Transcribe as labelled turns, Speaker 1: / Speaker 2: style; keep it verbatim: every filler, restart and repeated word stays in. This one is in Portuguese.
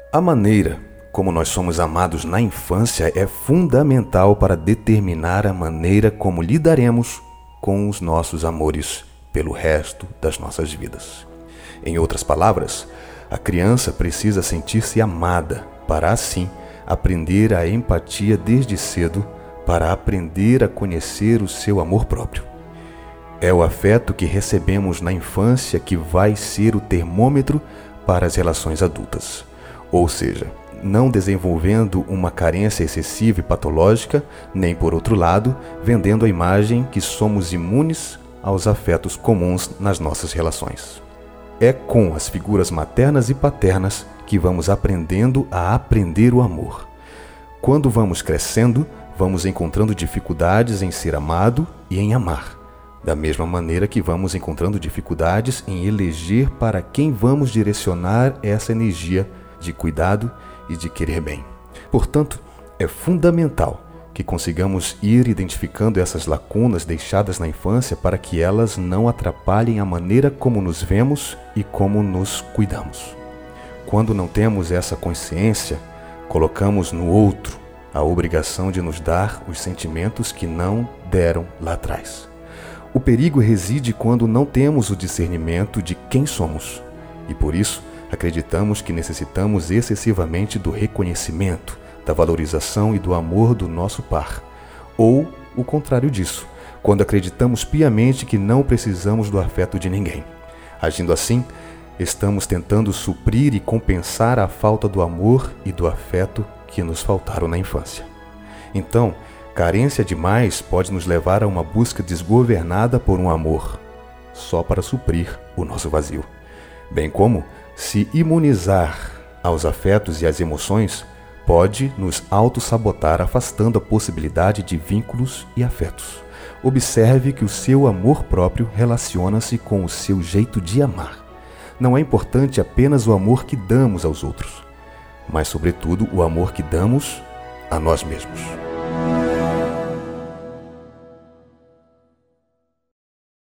Speaker 1: A maneira como nós somos amados na infância é fundamental para determinar a maneira como lidaremos com os nossos amores pelo resto das nossas vidas. Em outras palavras, a criança precisa sentir-se amada para assim aprender a empatia desde cedo, para aprender a conhecer o seu amor próprio. É o afeto que recebemos na infância que vai ser o termômetro para as relações adultas. Ou seja, não desenvolvendo uma carência excessiva e patológica, nem por outro lado, vendendo a imagem que somos imunes aos afetos comuns nas nossas relações. É com as figuras maternas e paternas que vamos aprendendo a aprender o amor. Quando vamos crescendo, vamos encontrando dificuldades em ser amado e em amar, da mesma maneira que vamos encontrando dificuldades em eleger para quem vamos direcionar essa energia de cuidado e de querer bem. Portanto, é fundamental que consigamos ir identificando essas lacunas deixadas na infância para que elas não atrapalhem a maneira como nos vemos e como nos cuidamos. Quando não temos essa consciência, colocamos no outro a obrigação de nos dar os sentimentos que não deram lá atrás. O perigo reside quando não temos o discernimento de quem somos e, por isso, acreditamos que necessitamos excessivamente do reconhecimento, da valorização e do amor do nosso par. Ou o contrário disso, quando acreditamos piamente que não precisamos do afeto de ninguém. Agindo assim, estamos tentando suprir e compensar a falta do amor e do afeto que nos faltaram na infância. Então, carência demais pode nos levar a uma busca desgovernada por um amor, só para suprir o nosso vazio. Bem como se imunizar aos afetos e às emoções pode nos autossabotar, afastando a possibilidade de vínculos e afetos. Observe que o seu amor próprio relaciona-se com o seu jeito de amar. Não é importante apenas o amor que damos aos outros, mas, sobretudo, o amor que damos a nós mesmos.